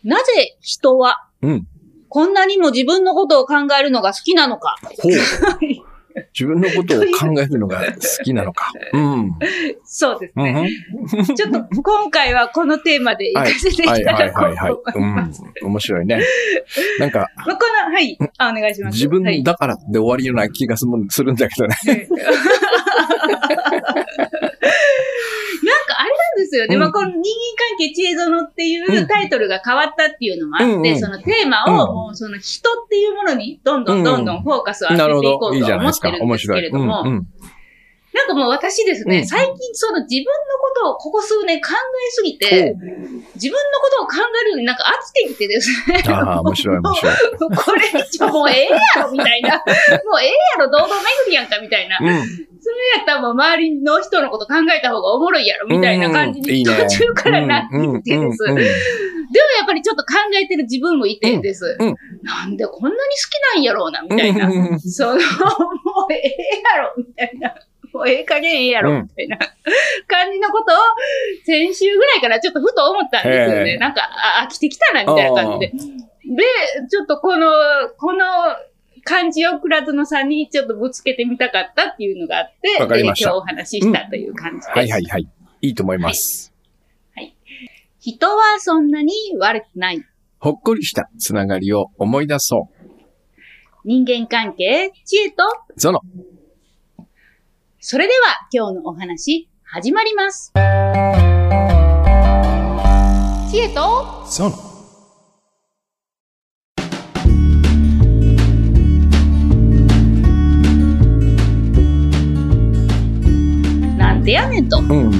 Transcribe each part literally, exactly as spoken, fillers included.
なぜ人は、うん、こんなにも自分のことを考えるのが好きなのか。 ほう。自分のことを考えるのが好きなのか。うん。 そうですね。うん、ちょっと今回はこのテーマで行かせていただこうと思います。はいはいはいはい、 うん。面白いね。なんか、 まあ、この、はい。あ、お願いします。 自分だからで終わりような気がするんだけどね。 なんかあれなんですよね。うん、まあ、この人間関係知恵園っていうタイトルが変わったっていうのもあって、うんうん、そのテーマを、もうその人っていうものにどんどんどんどんフォーカスを当てていこうと思ってるんですけれども、なんかもう私ですね、うん、最近その自分のことをここ数年考えすぎて、自分のことを考えるのになんか飽きてきてですね。 ああ、面白い面白い。 これ以上もうええやろみたいな。もうええやろ、堂々巡りやんかみたいな。うん、それやったらもう周りの人のこと考えた方がおもろいやろみたいな感じに途中からなってきてです。でもやっぱりちょっと考えてる自分もいてです。うんうん、なんでこんなに好きなんやろうなみたいな。その、もうええやろみたいな。もうええ加減ええやろ、みたいな感じのことを、先週ぐらいからちょっとふと思ったんですよね。なんか、あ、飽きてきたな、みたいな感じで。で、ちょっとこの、この感じを倉園さんにちょっとぶつけてみたかったっていうのがあって、 わかりました。 今日お話ししたという感じです。うん、 はいはいはい。いいと思います。 はい。はい、人はそんなに悪くない。 ほっこりしたつながりを思い出そう。 人間関係、知恵と、 ゾノ。 それでは今日のお話始まります。知恵とゾノ。 なんでやねんと。うん。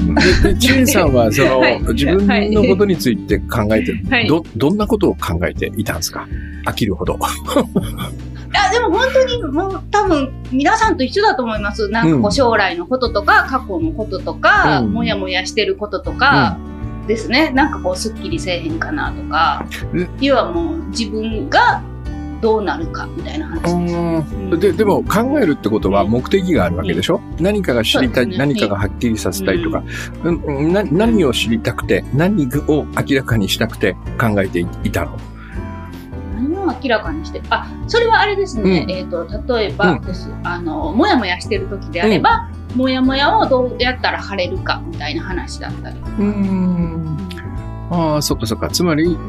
で、知恵さんはその、はい、自分のことについて考えて、はい、どどんなことを考えていたんですか？飽きるほど。 いや、でも本当にもう多分皆さんと一緒だと思います。なんかこう将来のこととか、うん、過去のこととか、うん、もやもやしてることとかですね。うん、なんかこうスッキリせえへんかなとか、要はもう自分がどうなるかみたいな話です。 うん、で、でも考えるってことは目的があるわけでしょ？うん、何かが知りたい、ね、何かがはっきりさせたいとか、うん、な何を知りたくて、何を明らかにしたくて考えていたの？ 何を明らかにして、あ、それはあれですね、うん、えっと、例えばです、うん、あの、もやもやしてる時であれば、うん、もやもやをどうやったら晴れるかみたいな話だったりとか。うーん。 ああ、そっかそっか。つまり、うん、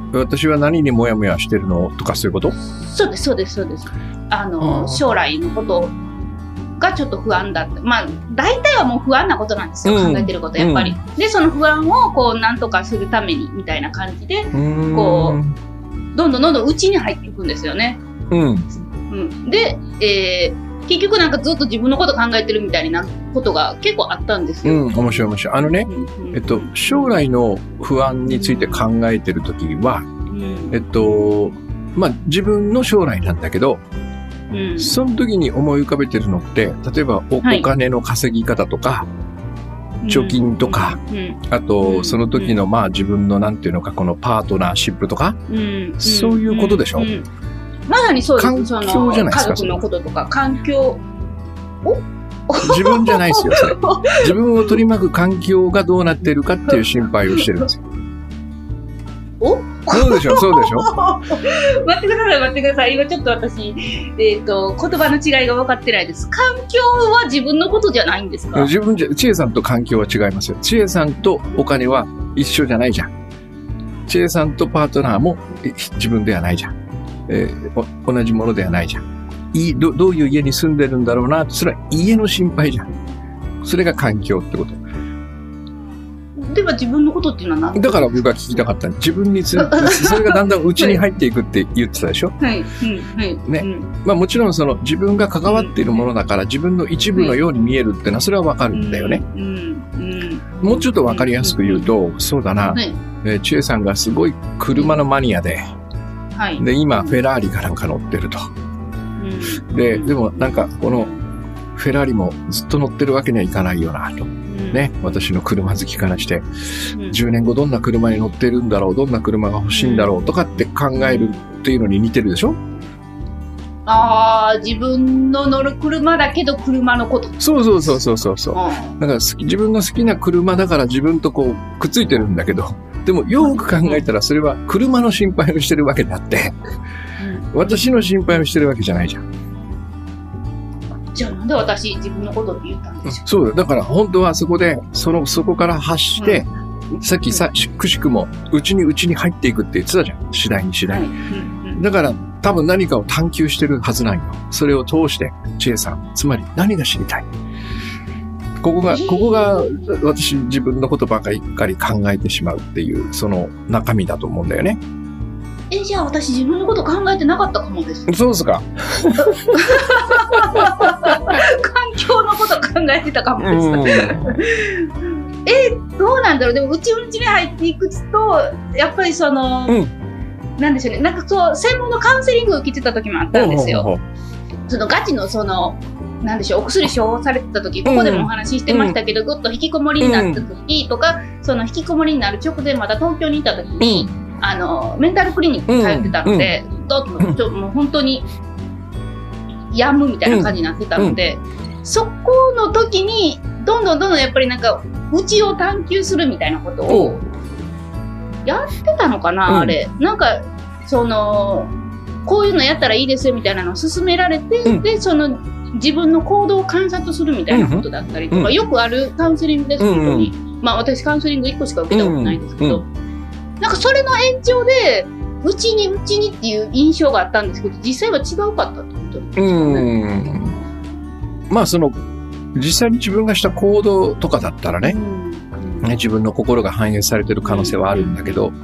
私は何にもやもやしてるのとかそういうこと？ そうです、そうです、そうです。あの、あ将来のことがちょっと不安だった。まあ、大体はもう不安なことなんですよ、うん、考えてること、やっぱり。うん、で、その不安をこう、なんとかするために、みたいな感じで、こう、どんどんどんどん内に入っていくんですよね。うん。うん、で、えー、結局なんかずっと自分のこと考えてるみたいなことが結構あったんですよ。 うん、面白い面白い。あのね、うんうん、えっと、将来の不安について考えてるときは、うん、えっと、まあ、自分の将来なんだけど、うん、その時に思い浮かべてるのって、例えば お,、はい、お金の稼ぎ方とか、貯金とか、うんうん、あと、その時の、まあ自分のなんていうのか、このパートナーシップとか、うん、そういうことでしょ、うんうん、 まさにそうです。 環境じゃないですか。 家族のこととか、環境。お自分じゃないですよ、それ。自分を取り巻く環境がどうなっているかっていう心配をしてるんですよ。 おそうでしょ、そうでしょ。 待ってください、待ってください。今ちょっと私、えっと、言葉の違いが分かってないです。環境は自分のことじゃないんですか？ 自分じゃ、千恵さんと環境は違いますよ。千恵さんとお金は一緒じゃないじゃん。千恵さんとパートナーも自分ではないじゃん。えー、同じものではないじゃん。いい、ど、どういう家に住んでるんだろうな、それは家の心配じゃん。それが環境ってこと。 では自分のことっていうのは何だから僕が聞きたかった自分につそれがだんだん内に入っていくって言ってたでしょ。はい、うん、はい。ね、うん、まあもちろんその自分が関わっているものだから、うん、自分の一部のように見えるってのはそれはわかるんだよね。うんうんうん、もうちょっとわかりやすく言うと、うん、そうだな、はい、えー、千恵さんがすごい車のマニアで、はい、で今フェラーリかなんか乗ってると。うん、ででもなんかこのフェラーリもずっと乗ってるわけにはいかないよなと。ね、私の車好きからして、うん、じゅうねんごどんな車に乗ってるんだろう、どんな車が欲しいんだろうとかって考えるっていうのに似てるでしょ？ ああ、自分の乗る車だけど車のこと。 そうそうそうそうそうそう。だから好き、自分の好きな車だから自分とこうくっついてるんだけど、 でもよく考えたらそれは車の心配をしてるわけであって、うん、私の心配をしてるわけじゃないじゃん。 じゃあなんで私自分のことって言ったんでしょう。 そうだ。だから本当はそこで、その、そこから発して、うん、さっきさ、くしくも、うちにうちに入っていくって言ってたじゃん。次第に次第に。はいうんうん、だから多分何かを探求してるはずなんよ。それを通して、千恵さん、つまり何が知りたい？ここが、ここが私自分のことばかり考えてしまうっていう、その中身だと思うんだよね。 え、じゃあ私自分のこと考えてなかったかもです。 そうですか。 環境のこと考えてたかもです。え、どうなんだろう。でもうちうちに入っていくと、やっぱりその、うん、なんでしょうね。なんかそう、専門のカウンセリングを受けてた時もあったんですよ。ほうほうほうそのガチのその、なんでしょう、お薬処方されてた時、ここでもお話ししてましたけど、うん、ぐっと引きこもりになった時とか、うん、その引きこもりになる直前まだ東京にいた時に、うん、あの、メンタルクリニックに通ってたので、うん、どっとちょもう本当に、やむみたいな感じになってたので、うん、そこの時に、どんどんどんどんやっぱりなんか、うちを探求するみたいなことを、やってたのかな、うん、あれ。なんか、その、こういうのやったらいいですよみたいなのを勧められて、うん、で、その、自分の行動を観察するみたいなことだったりとか、うん、よくあるカウンセリングです、本当に。うん、まあ私カウンセリングいっこしか受けたことないんですけど、うん、なんかそれの延長で、うちにうちにっていう印象があったんですけど、実際は違うかったってことですかね。うん。 まあその、実際に自分がした行動とかだったらね、うんね自分の心が反映されてる可能性はあるんだけど、うん。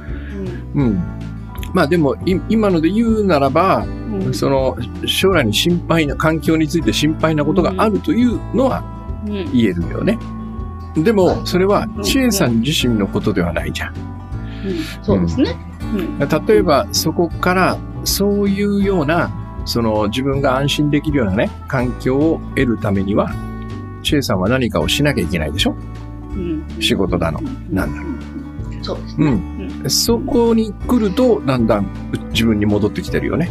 うん、まあでも、今ので言うならば、うん、その将来に心配な環境について心配なことがあるというのは言えるよね。うん、でもそれは千恵さん自身のことではないじゃん。うんうん、そうですね。 うん、例えばそこからそういうようなその自分が安心できるようなね環境を得るためには千恵さんは何かをしなきゃいけないでしょ。うん、仕事だの、うん、なんだろう。 そうですね。 うん。そこに来るとだんだん自分に戻ってきてるよね。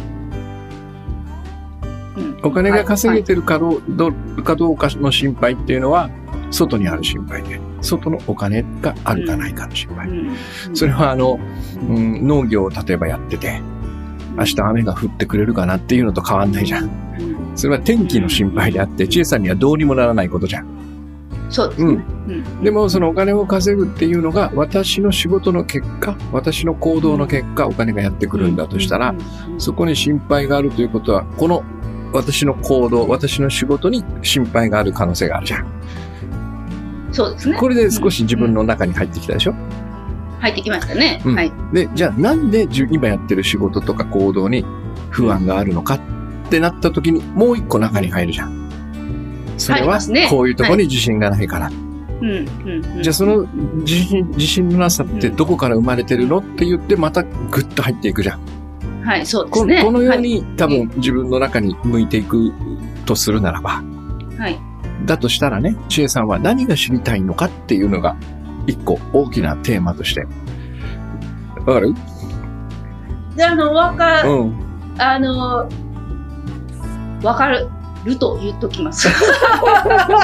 お金が稼げてるかどうかどうかの心配っていうのは、外にある心配で、外のお金があるかないかの心配。それはあの、うん、農業を例えばやってて、明日雨が降ってくれるかなっていうのと変わんないじゃん。それは天気の心配であって、千恵さんにはどうにもならないことじゃん。 そうですね。 うん。でもそのお金を稼ぐっていうのが、私の仕事の結果、私の行動の結果、お金がやってくるんだとしたら、そこに心配があるということは、この私の行動、私の仕事に心配がある可能性があるじゃん。 そうですね。 これで少し自分の中に入ってきたでしょ？ 入ってきましたね。うん、はい。 で、じゃあなんで今やってる仕事とか行動に不安があるのかってなった時にもう一個中に入るじゃん。それはこういうところに自信がないから。はいうんうん、じゃあその自信、自信のなさってどこから生まれてるのって言ってまたグッと入っていくじゃん。 はい、そうですね。 こ, このように、はい、多分自分の中に向いていくとするならば、はい。だとしたらね、千恵さんは何が知りたいのかっていうのが一個大きなテーマとして。わかる？ で、あの、わかる、うん、あの、わかる。ると言っときます。ひゃく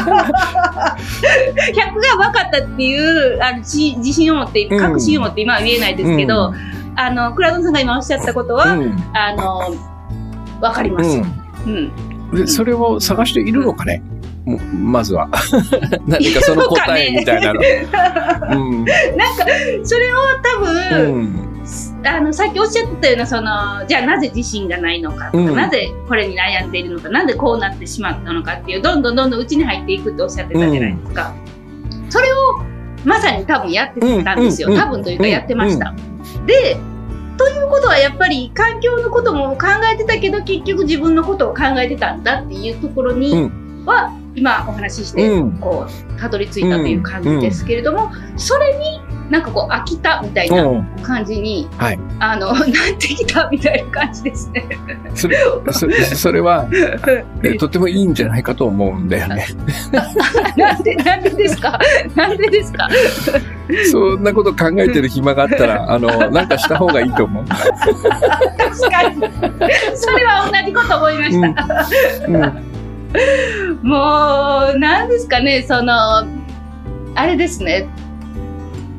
が分かったっていうあの自信を持って、確信を持って今は言えないですけど、うん、あの、倉野さんが今おっしゃったことは、うん、あの、分かります。うんうん、で、それを探しているのかね、うん、まずは。何かその答えみたいなの。 うん、なんか、それを多分、うんあの、さっきおっしゃってたような、その、じゃあなぜ自信がないのかとか、うん、なぜこれに悩んでいるのか、なんでこうなってしまったのかっていう、どんどんどんどん内に入っていくっておっしゃってたじゃないですか。うん、それを、まさに多分やってたんですよ。うん、多分というかやってました。うん、で、ということはやっぱり環境のことも考えてたけど、結局自分のことを考えてたんだっていうところには、うん、今お話しして、こう、たどり着いたという感じですけれども、それに、なんかこう飽きたみたいな感じに、はい、あのなってきたみたいな感じですね。 それ、そ, それはとてもいいんじゃないかと思うんだよね。 なんでなんでですか？なんでですか？ そんなこと考えてる暇があったらあのなんかした方がいいと思う。確かに。それは同じこと思いました。うんうん、もうなんですかねそのあれですね。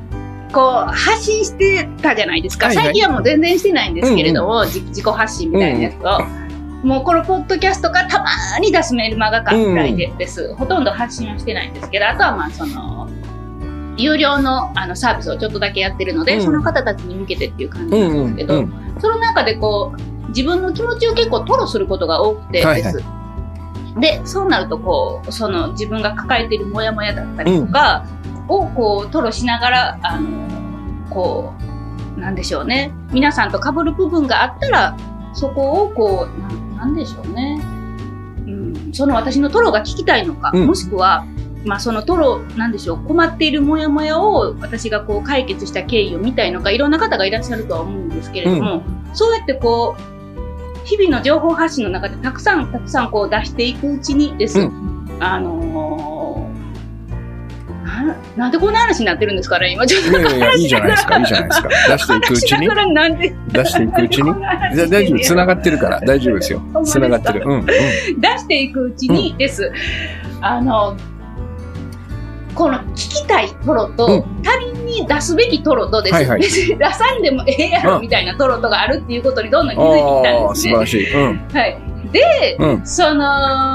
こう、発信してたじゃないですか。はいはい、最近はもう全然してないんですけれども、うんうん、自己発信みたいなやつを。うん、もうこのポッドキャストがたまーに出すメールマガかぐらいでです、うん。ほとんど発信はしてないんですけど、あとはまあその、有料のあのサービスをちょっとだけやってるので、うん、その方たちに向けてっていう感じなんですけど、うんうんうん、その中でこう、自分の気持ちを結構吐露することが多くてです。はいはい、で、そうなるとこう、その自分が抱えているモヤモヤだったりとか、うん、をこう、吐露しながら、あの、こう、なんでしょうね。皆さんと被る部分があったら、そこをこう、な、なんでしょうね。うん、その私の吐露が聞きたいのか、うん、もしくは、まあその吐露、なんでしょう、困っているモヤモヤを私がこう解決した経緯を見たいのか、いろんな方がいらっしゃるとは思うんですけれども、うん、そうやってこう、日々の情報発信の中でたくさんたくさんこう出していくうちにです、うん、あのー、な、なんでこんな話になってるんですかね、今ちょっと。 いやいや、いいじゃないですか、いいじゃないですか。出していくうちに。出していくうちに。大丈夫、繋がってるから大丈夫ですよ。繋がってる。うん、うん。出していくうちにです、うん、あの、この聞きたいトロと、うん、他人に出すべきトロとです、はいはい、別に出さんでもええやろみたいなトロとがあるっていうことにどんどん気づいてきたんですね。素晴らしい。うん、はい。で、うん、その、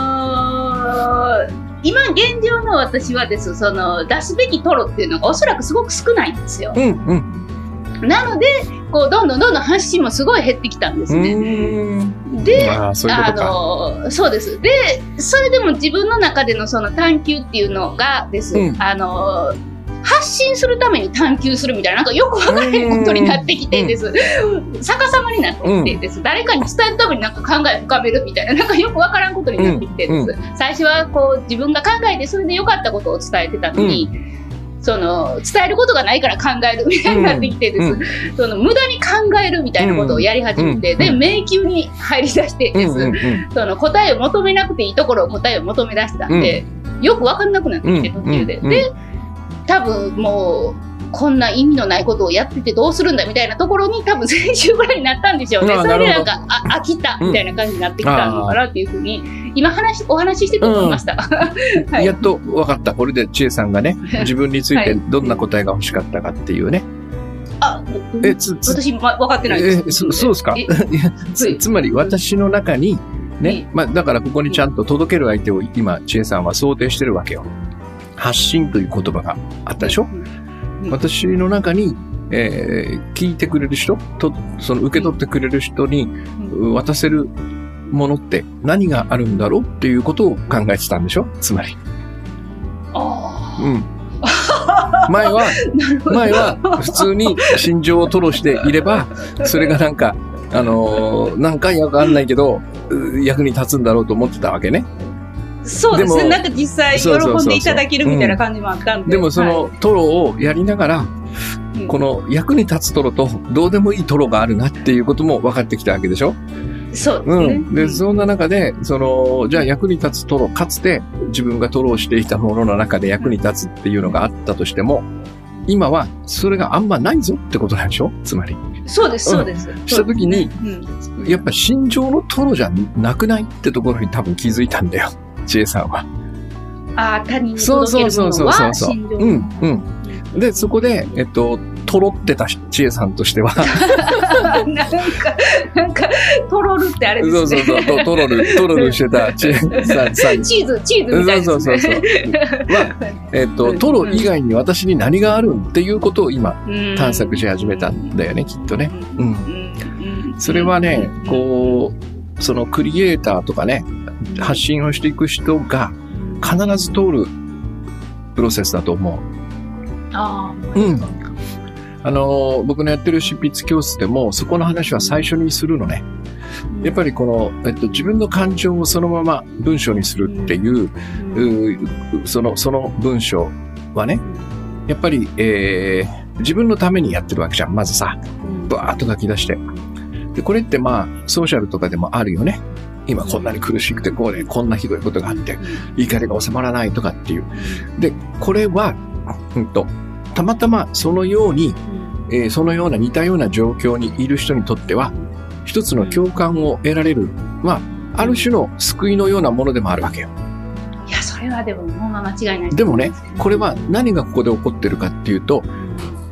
今現状の私はです、その出すべきトロっていうのがおそらくすごく少ないんですよ。うんうん、なので、こうどんどんどんどん発信もすごい減ってきたんですね。で、まあ、そういうことか。あの、そうです。で、それでも自分の中でのその探求っていうのがです、うん、あの、発信するために探求するみたいな、なんかよくわからないことになってきてです、逆さまになってきてです、うん、誰かに伝えるためになんか考え深めるみたいな、なんかよくわからんことになってきてです、うん、最初はこう自分が考えてそれで良かったことを伝えてたのに、うんその伝えることがないから考えるみたいになってきてです、うん、その無駄に考えるみたいなことをやり始めて、うん、で迷宮に入り出してです、うん、その答えを求めなくていいところを答えを求め出したんで、うん、よく分かんなくなってきて途中で、うん、で多分もうこんな意味のないことをやっててどうするんだみたいなところに多分先週ぐらいになったんでしょうね。それでなんかあ飽きたみたいな感じになってきたのかなっていうふうに今話お話ししてて思いました、うんはい、 やっと分かった。これで千恵さんがね自分についてどんな答えが欲しかったかっていうね、 はい、あえつつ私、ま、分かってないです。 えそそうですかつ, つまり私の中にね、まあ、だからここにちゃんと届ける相手を今千恵さんは想定してるわけよ。発信という言葉があったでしょ、うん、私の中に、えー、聞いてくれる人とその受け取ってくれる人に渡せるものって何があるんだろうっていうことを考えてたんでしょつまり。あうん。前は、前は普通に心情を吐露していれば、それがなんか、あのー、何回やかんないけど、役に立つんだろうと思ってたわけね。 そうですね。なんか実際喜んでいただけるみたいな感じもあったんで。 でもその吐露をやりながら、はい、この役に立つ吐露とどうでもいい吐露があるなっていうことも分かってきたわけでしょ。 そうですね。 うん。で、そんな中で、その、じゃあ役に立つ吐露、かつて自分が吐露していたものの中で役に立つっていうのがあったとしても、今はそれがあんまないぞってことなんでしょつまり。 そうです、そうです。うん、 したときに、うん、やっぱ心情の吐露じゃなくないってところに多分気づいたんだよ。千恵さんは。 ああ、他人に届けるのは心情。 うん、うん。で、そこで、えっと、とろってた千恵さんとしては。 なんか、なんか、とろるってあれですね。 そうそうそう、とろる、とろるしてた千恵さん。 チーズ、チーズみたいな。 そうそうそうそう。まあ、えっと、とろ以外に私に何があるんっていうことを今、探索し始めたんだよね、きっとね。うん。それはね、こう、そのクリエイターとかね、発信をしていく人が必ず通るプロセスだと思う。 ああ、 うん。あの、僕のやってる執筆教室でもそこの話は最初にするのね。やっぱりこの、えっと、自分の感情をそのまま文章にするっていう、うその、その文章はね、やっぱり、えー、自分のためにやってるわけじゃん。まずさ、バーッと書き出して。で、これってまあ、ソーシャルとかでもあるよね。今こんなに苦しくてこうでこんなひどいことがあって怒りが収まらないとかっていう。で、これは、うんと、たまたまそのように、えー、そのような似たような状況にいる人にとっては、一つの共感を得られる、まあ、ある種の救いのようなものでもあるわけよ。 いや、それはでも、もう間違いない。 でもね、これは何がここで起こってるかっていうと、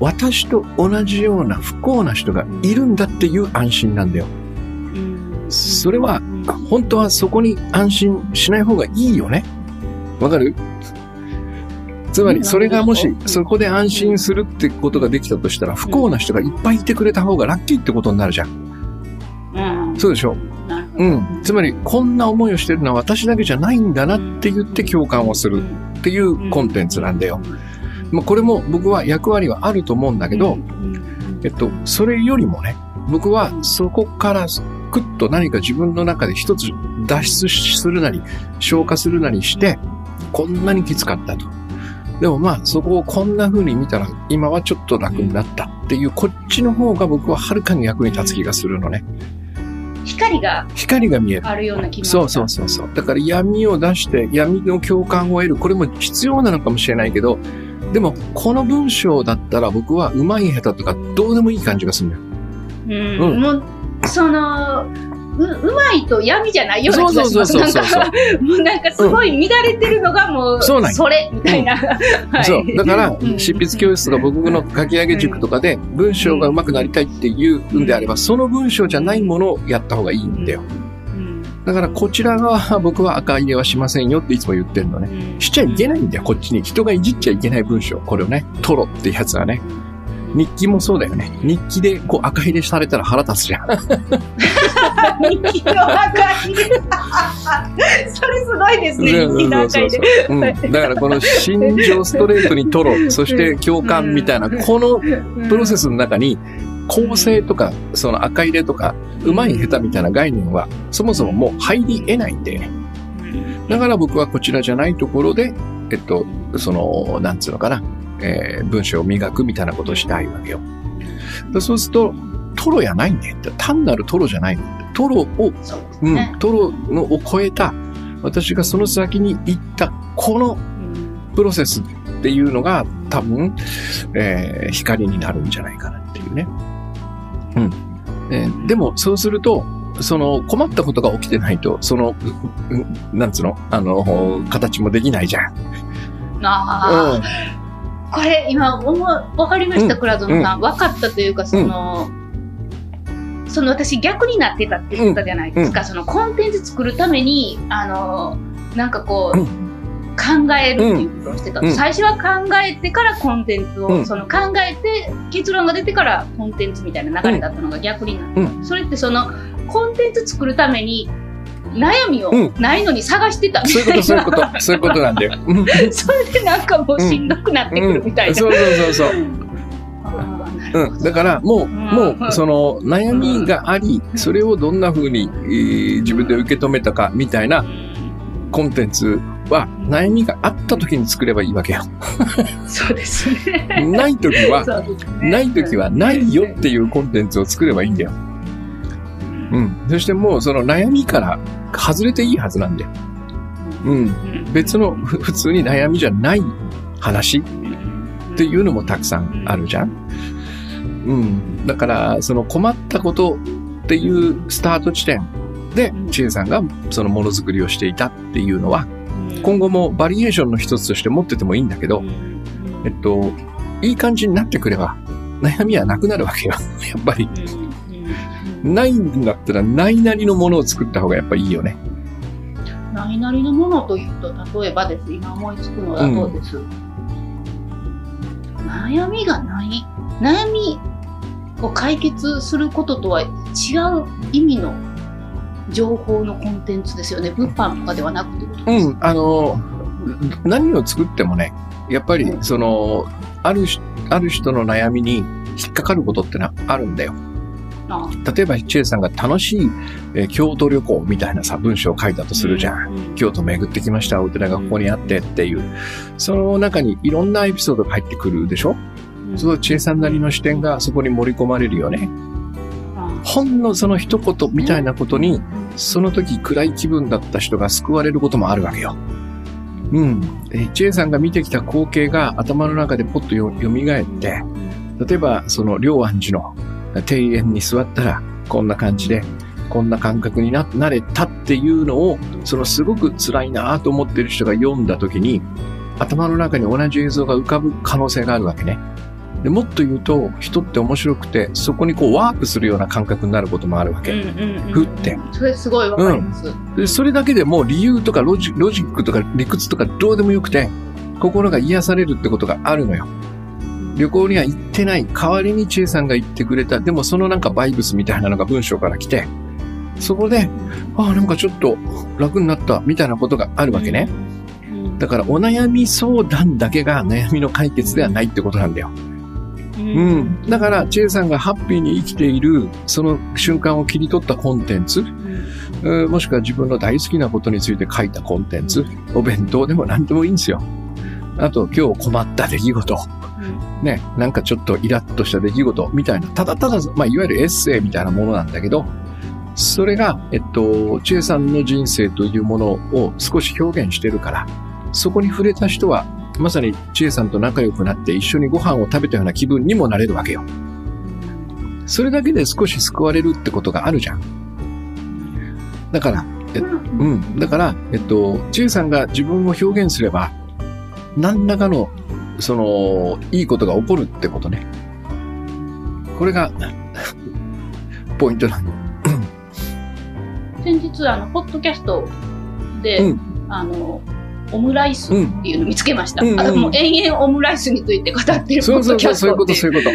私と同じような不幸な人がいるんだっていう安心なんだよ。それは、本当はそこに安心しない方がいいよね。わかる？つまり、それがもし、そこで安心するってことができたとしたら、不幸な人がいっぱいいてくれた方がラッキーってことになるじゃん。うん、そうでしょ？うん。つまり、こんな思いをしてるのは私だけじゃないんだなって言って共感をするっていうコンテンツなんだよ。まあ、これも僕は役割はあると思うんだけど、えっと、それよりもね、僕はそこからクッと何か自分の中で一つ脱出するなり、消化するなりして、こんなにきつかったと。でもまあ、そこをこんな風に見たら、今はちょっと楽になったっていう、こっちの方が僕ははるかに役に立つ気がするのね。 光が。 光が見える。 あるような気がする。そうそうそうそう。だから闇を出して、闇の共感を得る。これも必要なのかもしれないけど、でも、この文章だったら僕は上手い下手とかどうでもいい感じがするんだよ。 うん。うん、もう、その、う、うまいと闇じゃないような気がします。なんか、もうなんかすごい乱れてるのがもう、そうなんそれみたいな。 うんはい、そう。だから、執筆教室とか僕の書き上げ塾とかで文章が上手くなりたいっていうんであれば、その文章じゃないものをやった方がいいんだよ。だからこちら側は僕は赤入れはしませんよっていつも言ってるのね。しちゃいけないんだよ、こっちに。人がいじっちゃいけない文章。これをね、トロってやつはね。日記もそうだよね。日記でこう赤入れされたら腹立つじゃん。 日記の赤入れそれすごいですね、日記の赤入れ。 うん。だからこの心情ストレートにトロ、そして共感みたいな、このプロセスの中に、構成とか、その赤入れとか、うまい下手みたいな概念は、そもそももう入り得ないんだよね。だから僕はこちらじゃないところで、えっと、その、なんつうのかな。えー、文章を磨くみたいなことをしたいわけよ。そうすると、トロやないんだよ。単なるトロじゃないの。トロを、うね、うん、トロのを超えた、私がその先に行った、このプロセスっていうのが多分、えー、光になるんじゃないかなっていうね。うん。えー、でも、そうすると、その困ったことが起きてないと、その、なんつうのあの、形もできないじゃん。 ああ。うんこれ、今、わかりました、倉園さん。わ、うん、かったというか、その、うん、その私逆になってたって言ったじゃないですか。うん、そのコンテンツ作るために、あの、なんかこう、うん、考えるっていうことをしてた、うん。最初は考えてからコンテンツを、うん、その考えて結論が出てからコンテンツみたいな流れだったのが逆になった。うん、それってその、コンテンツ作るために、悩みをないのに探してたみたいな、うん、そういうことそういうことそういうことなんだよそれでなんかもうしんどくなってくるみたいな、うんうん、そうそうそうそううん、だからもう、うん、もうその悩みがあり、うん、それをどんな風に、えー、自分で受け止めたかみたいなコンテンツは悩みがあった時に作ればいいわけよそうですねない時は、ね、ない時はないよっていうコンテンツを作ればいいんだよ。うん。そしてもうその悩みから外れていいはずなんだよ。うん。別の普通に悩みじゃない話っていうのもたくさんあるじゃん。うん。だからその困ったことっていうスタート地点で千恵さんがそのものづくりをしていたっていうのは今後もバリエーションの一つとして持っててもいいんだけど、えっと、いい感じになってくれば悩みはなくなるわけよ。やっぱり。ないんだったらないなりのものを作った方がやっぱいいよね。 ないなりのものというと、例えばです。今思いつくのだそうです。うん、悩みがない。悩みを解決することとは違う意味の情報のコンテンツですよね。物販とかではなくてことです。 うん、あの、何を作ってもね、やっぱりその、ある、ある人の悩みに引っかかることってのはあるんだよ。例えば、千恵さんが楽しい、えー、京都旅行みたいなさ、文章を書いたとするじゃん。うん、京都巡ってきました、お寺がここにあってっていう。その中にいろんなエピソードが入ってくるでしょ、うん、その千恵さんなりの視点がそこに盛り込まれるよね。うん、ほんのその一言みたいなことに、その時暗い気分だった人が救われることもあるわけよ。うん。え千恵さんが見てきた光景が頭の中でポッとよ蘇って、例えば、その、龍安寺の庭園に座ったら、こんな感じで、こんな感覚に な, なれたっていうのを、そのすごく辛いなと思ってる人が読んだときに、頭の中に同じ映像が浮かぶ可能性があるわけね。 で、もっと言うと、人って面白くて、そこにこうワープするような感覚になることもあるわけ。ふって。 それすごいわかります、 うん。で、それだけでもう理由とかロジ、ロジックとか理屈とかどうでもよくて、心が癒されるってことがあるのよ。旅行には行ってない。代わりに千恵さんが言ってくれた。でもそのなんかバイブスみたいなのが文章から来て、そこで、ああ、なんかちょっと楽になった、みたいなことがあるわけね。だからお悩み相談だけが悩みの解決ではないってことなんだよ。うん。だから、千恵さんがハッピーに生きている、その瞬間を切り取ったコンテンツ、うん、もしくは自分の大好きなことについて書いたコンテンツ、お弁当でも何でもいいんですよ。あと、今日困った出来事、うん、ね、なんかちょっとイラッとした出来事みたいな、ただただ、まあ、いわゆるエッセイみたいなものなんだけど、それが、えっと、千恵さんの人生というものを少し表現してるから、そこに触れた人は、まさに千恵さんと仲良くなって一緒にご飯を食べたような気分にもなれるわけよ。それだけで少し救われるってことがあるじゃん。だから、え、うん。だから、えっと、千恵さんが自分を表現すれば、何らかの、その、いいことが起こるってことね。これが、ポイントなんだ。 先日、あの、ポッドキャストで、うん、あの、オムライスっていうのを見つけました。うん、あのもう延々オムライスについて語ってるポッドキャストって。 そういうこと、そういうこと。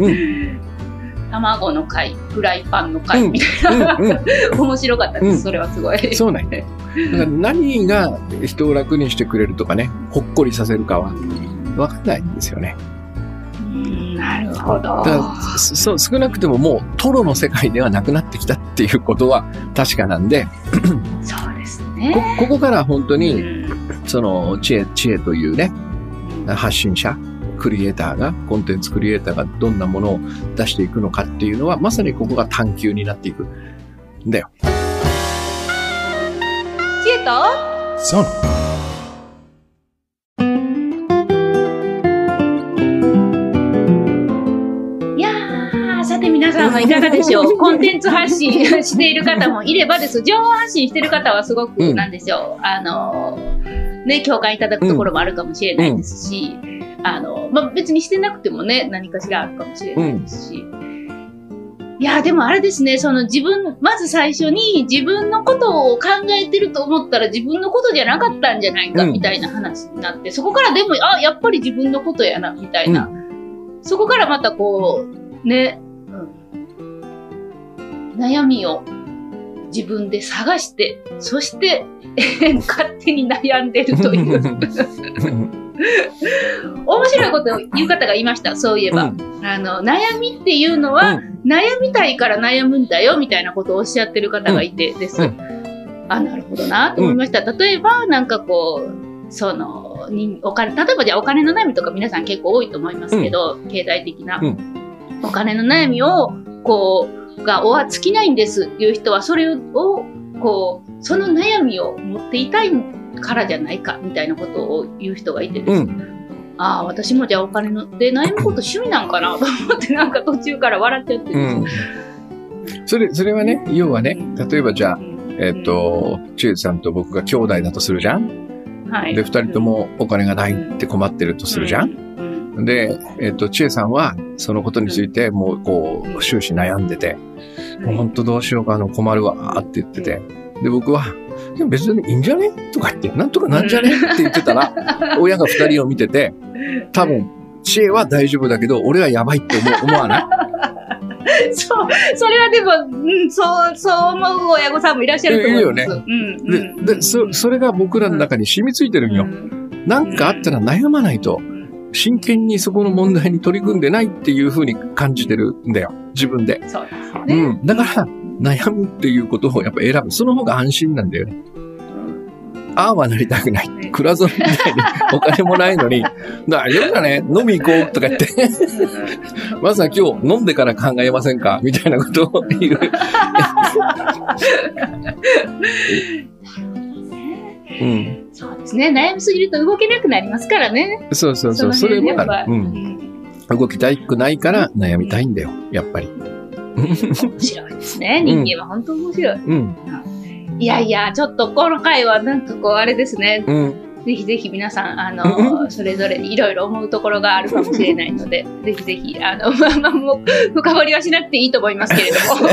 うん、 卵の回、フライパンの回みたいな、うんうん、面白かったです、うん、それはすごい。 そうなんね。だから何が人を楽にしてくれるとかね、ほっこりさせるかは分かんないんですよね。 うん、なるほど。だからそう、少なくてももうトロの世界ではなくなってきたっていうことは確かなんで、 そうですね。 こ、ここから本当に、うん、その知恵、知恵というね、発信者、クリエイターが、コンテンツクリエイターがどんなものを出していくのかっていうのは、まさにここが探求になっていくんだよ。 知恵とそう。 いやー、さて皆さんはいかがでしょう。コンテンツ発信している方もいればです。情報発信している方はすごく、なんでしょう。うん、あのー、ね、共感いただくところもあるかもしれないですし、うんうんあの、まあ、別にしてなくてもね、何かしらあるかもしれないですし。うん、いや、でもあれですね、その自分、まず最初に自分のことを考えてると思ったら自分のことじゃなかったんじゃないか、みたいな話になって、うん、そこからでも、あ、やっぱり自分のことやな、みたいな。うん、そこからまたこう、ね、うん、悩みを自分で探して、そして、勝手に悩んでるという。面白いことを言う方がいました。そういえば、うん、あの悩みっていうのは、うん、悩みたいから悩むんだよみたいなことをおっしゃってる方がいてです、うん、あ、なるほどなと思いました、うん、例えばなんかこうそのお金、例えばじゃあお金の悩みとか皆さん結構多いと思いますけど、うん、経済的な、うん、お金の悩みをこうがおは尽きないんですっていう人はそれをこうその悩みを持っていたいからじゃないかみたいなことを言う人がいてですね、うん、ああ私もじゃあお金ので悩むこと趣味なんかなと思ってなんか途中から笑っちゃってる、うん、 それそれはね要はね例えばじゃあ、えっと千恵さんと僕が兄弟だとするじゃん、はい、でふたりともお金がないって困ってるとするじゃん、うん、で、えっと千恵さんはそのことについてもうこう終始悩んでて、うん、もう本当どうしようかあの困るわって言ってて、で僕はでも別にいいんじゃねとか言って、なんとかなんじゃねって言ってたら、親が二人を見てて、多分、知恵は大丈夫だけど、俺はやばいって思う、思わないそう、それはでも、うん、そう、そう思う親御さんもいらっしゃると思います。いいよね。 うん、で、で、そ、それが僕らの中に染みついてるんよ。うん、なんかあったら悩まないと、真剣にそこの問題に取り組んでないっていう風に感じてるんだよ。自分で。 そうですね。 うん。だから、悩むっていうことをやっぱ選ぶ。その方が安心なんだよね。ああはなりたくない。倉園みたいにお金もないのに、大丈夫だね、飲み行こうとか言って、まずは今日飲んでから考えませんかみたいなことを言う。 うん、そうですね。悩みすぎると動けなくなりますからね。 そうそうそう。そ, それもある、うん。動きたくないから悩みたいんだよ。やっぱり。 面白いですね。人間は本当面白い。うん、いやいや、ちょっとこの回はなんかこうあれですね。うん、 ぜひぜひ皆さん、あの、それぞれにいろいろ思うところがあるかもしれないので、ぜひぜひ、あの、まあまあ、もう、深掘りはしなくていいと思いますけれど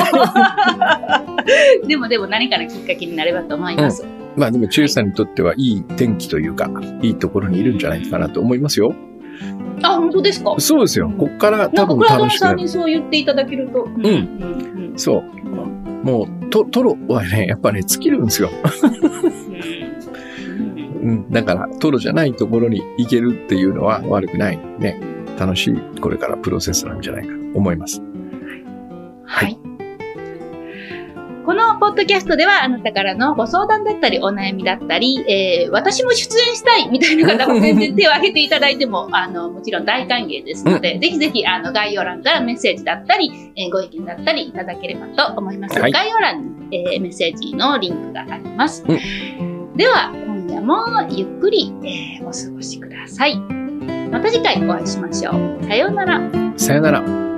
も。でもでも何かのきっかけになればと思います。うん、 まあでも、中さんにとってはいい天気というか、いいところにいるんじゃないかなと思いますよ。 あ、本当ですか？ そうですよ。こっから多分楽しくなる。 なんか、倉田さんにそう言っていただけると。 うん。うんうん、そう。もう、と、トロはね、やっぱね、尽きるんですよ。うん、だから、トロじゃないところに行けるっていうのは悪くないね。楽しい、これからプロセスなんじゃないかと思います。 はい。はい、このポッドキャストでは、あなたからのご相談だったり、お悩みだったり、えー、私も出演したいみたいな方も全然手を挙げていただいても、あの、もちろん大歓迎ですので、うん、ぜひぜひ、あの、概要欄からメッセージだったり、えー、ご意見だったりいただければと思います。はい、概要欄に、えー、メッセージのリンクがあります。うん、では、今夜もゆっくり、えー、お過ごしください。また次回お会いしましょう。さようなら。 さようなら。